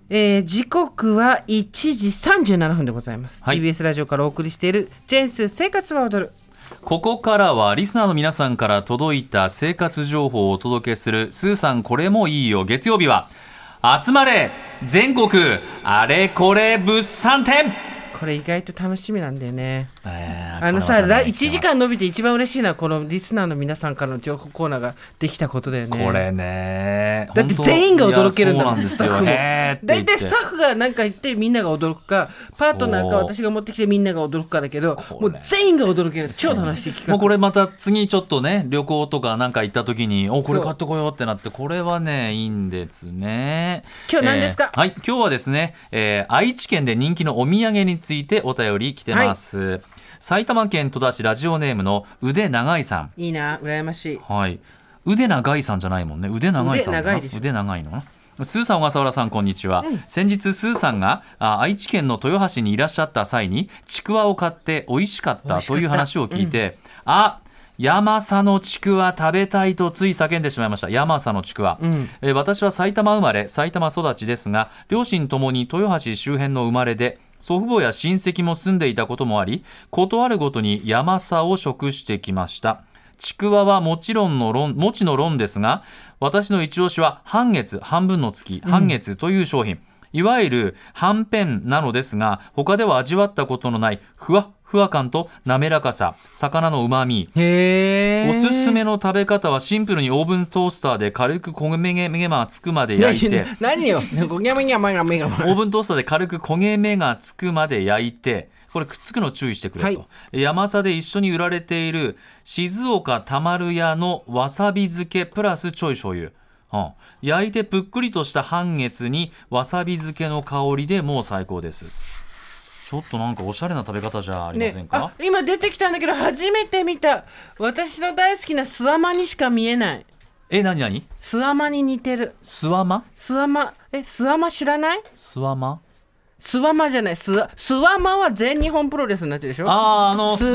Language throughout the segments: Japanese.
時刻は1時37分でございます、はい、TBS ラジオからお送りしているジェンス生活は踊る。 ここからはリスナーの皆さんから届いた生活情報をお届けするスーさんこれもいいよ。月曜日は集まれ全国あれこれ物産展。 これ意外と楽しみなんだよね。1時間伸びて一番嬉しいのはこのリスナーの皆さんからの情報コーナーができたことだよね。 これねだって全員が驚けるんだもん。 スタッフも大体スタッフが何か言ってみんなが驚くか、パートナーか私が持ってきてみんなが驚くかだけど、もう全員が驚ける超楽しい企画。 もうこれまた次ちょっとね旅行とかなんか行った時にこれ買ってこようってなって、これはねいいんですね。 今日何ですか？ はい、今日はですね、愛知県で人気のお土産についてお便り来てます、はい、埼玉県戸田市ラジオネームの腕長いさん。 いいな、羨ましい。 はい、腕長いさんじゃないもんね。腕長いさん。腕長いの。スーさん小笠原さんこんにちは、先日スーさんが愛知県の豊橋にいらっしゃった際にちくわを買って美味しかったという話を聞いて、山佐のちくわ食べたいとつい叫んでしまいました。山佐のちくわ、私は埼玉生まれ埼玉育ちですが、両親ともに豊橋周辺の生まれで祖父母や親戚も住んでいたこともあり、ことあるごとに山佐を食してきました。ちくわはもちろんの餅の論ですが、私の一押しは半月、半分の月、半月という商品、いわゆるはんぺんなのですが、他では味わったことのないふわふわ感と滑らかさ、魚のうまみ。おすすめの食べ方はシンプルにオーブントースターで軽く焦げ目がつくまで焼いて、 何よ焦げ目がオーブントースターで軽く焦げ目がつくまで焼いて、これくっつくの注意してくれと、はい、山佐で一緒に売られている静岡たまる屋のわさび漬けプラスちょい醤油、焼いてぷっくりとした半月にわさび漬けの香りでもう最高です。ちょっとなんかおしゃれな食べ方じゃありませんか、 今出てきたんだけど初めて見た。私の大好きなスワマにしか見えない。 何スワマに似てる。 スワマスワマ知らない？ スワマじゃない。スワマは全日本プロレスになってるでしょ。ス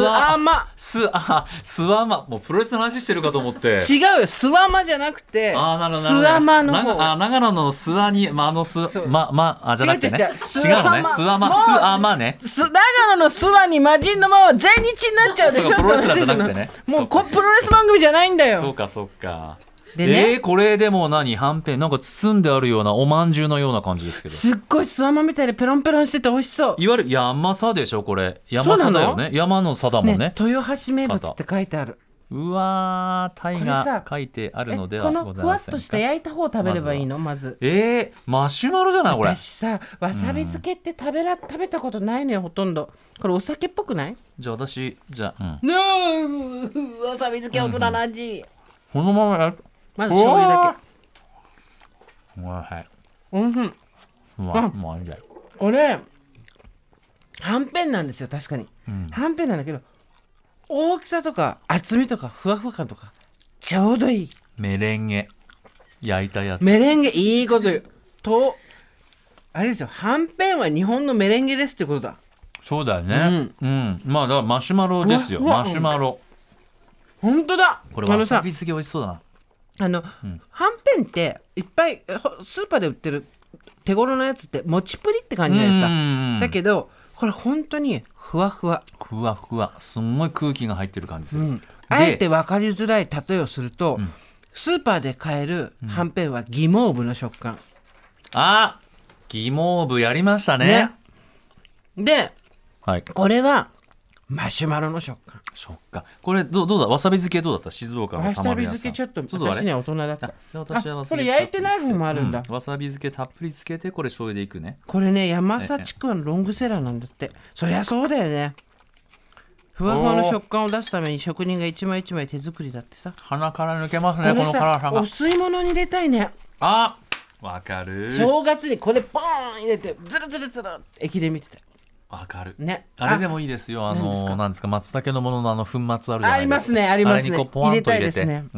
ワマもうプロレスの話してるかと思って。 違うよ、スワマじゃなくてスワマの方。 長野のスワにじゃなくてね、違うのね。スワマね。 長野のスワに魔人の間は全日になっちゃうでしょ。 プロレスラーじゃなくてね、 もうプロレス番組じゃないんだよ。 そうかでね、これでもはんぺんなんか包んであるようなおまんじゅうのような感じですけど、 すっごいスワマみたいでペロンペロンしてて美味しそう。 いわゆる山佐でしょこれ。山佐だよね。山の佐だもんね。 豊橋名物って書いてある。 うわー、タイが書いてあるのではございませんか。 このふわっとした焼いた方を食べればいいの？まずマシュマロじゃないこれ。 私さわさび漬けって食べたことないのよほとんど。これお酒っぽくない？ じゃあ私わさび漬け大人の味、 このままやる。 まず醤油だけ。 おいしい。もういいんだよ。 これはんぺんなんですよ。確かに、はんぺんなんだけど大きさとか厚みとかふわふわ感とかちょうどいい。 メレンゲ焼いたやつ。 メレンゲいいこと言うと、あれですよ、はんぺんは日本のメレンゲですってことだ。 そうだよね。まあだからマシュマロですよ。マシュマロ。 本当だ。 これわさび漬け美味しそうだな。 はんぺんっていっぱいスーパーで売ってる手頃なやつってもちプリって感じじゃないですか。だけどこれ本当にふわふわすんごい空気が入ってる感じする、 あえて分かりづらい例えをすると、スーパーで買えるはんぺんはギモーブの食感。 ギモーブやりましたね。 で、 はい、 これはマシュマロの食感。 これどうだ。わさび漬けどうだった？静岡のたまる屋さん。 わさび漬けちょっと私には大人だった。 私はこれ焼いてない方もあるんだ、 わさび漬けたっぷりつけてこれ醤油でいくね。 これね山佐ちくわのロングセラーなんだって。そりゃそうだよね。ふわふわの食感を出すために職人が一枚一枚手作りだってさ。 鼻から抜けますねこの辛さが。 お吸い物に入れたいね。 わかる。 正月にこれポーン入れてズルズルズル駅で見てた。 わかる、 ね、 あれでもいいですよ。なんですか松茸のものの粉末あるじゃないですか。 ありますねありますね。 あれにこうポワンと入れて入れたいですね、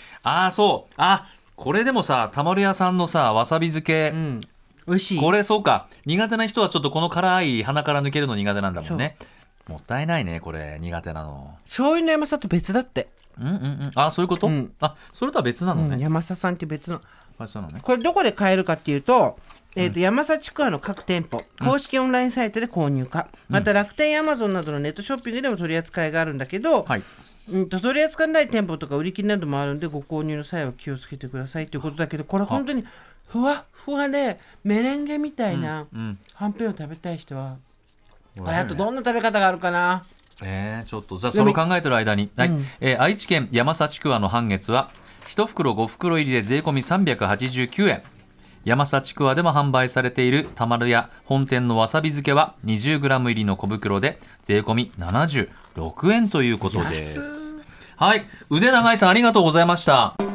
これでもさたまる屋さんのさわさび漬け、 美味しい。 これそうか、苦手な人はちょっとこの辛い鼻から抜けるの苦手なんだもんね。もったいないねこれ苦手なの。 醤油の山佐と別だって。 そういうこと、それとは別なのね、 山佐さんって別の。 そうなのね。 これどこで買えるかっていうと山佐ちくわの各店舗公式オンラインサイトで購入か、また楽天やアマゾンなどのネットショッピングでも取り扱いがあるんだけど、 はい、 取り扱いない店舗とか売り切りなどもあるんで、ご購入の際は気をつけてくださいということだけど、これ本当にふわふわでメレンゲみたいなはんぺんを食べたい人は、これあとどんな食べ方があるかな。 ちょっとじゃあその考えてる間に、はい、愛知県山佐ちくわの半月は1袋5袋入りで税込み389円。山佐ちくわでも販売されているたまるや本店のわさび漬けは 20g 入りの小袋で税込み76円ということです。はい、腕長井さんありがとうございました。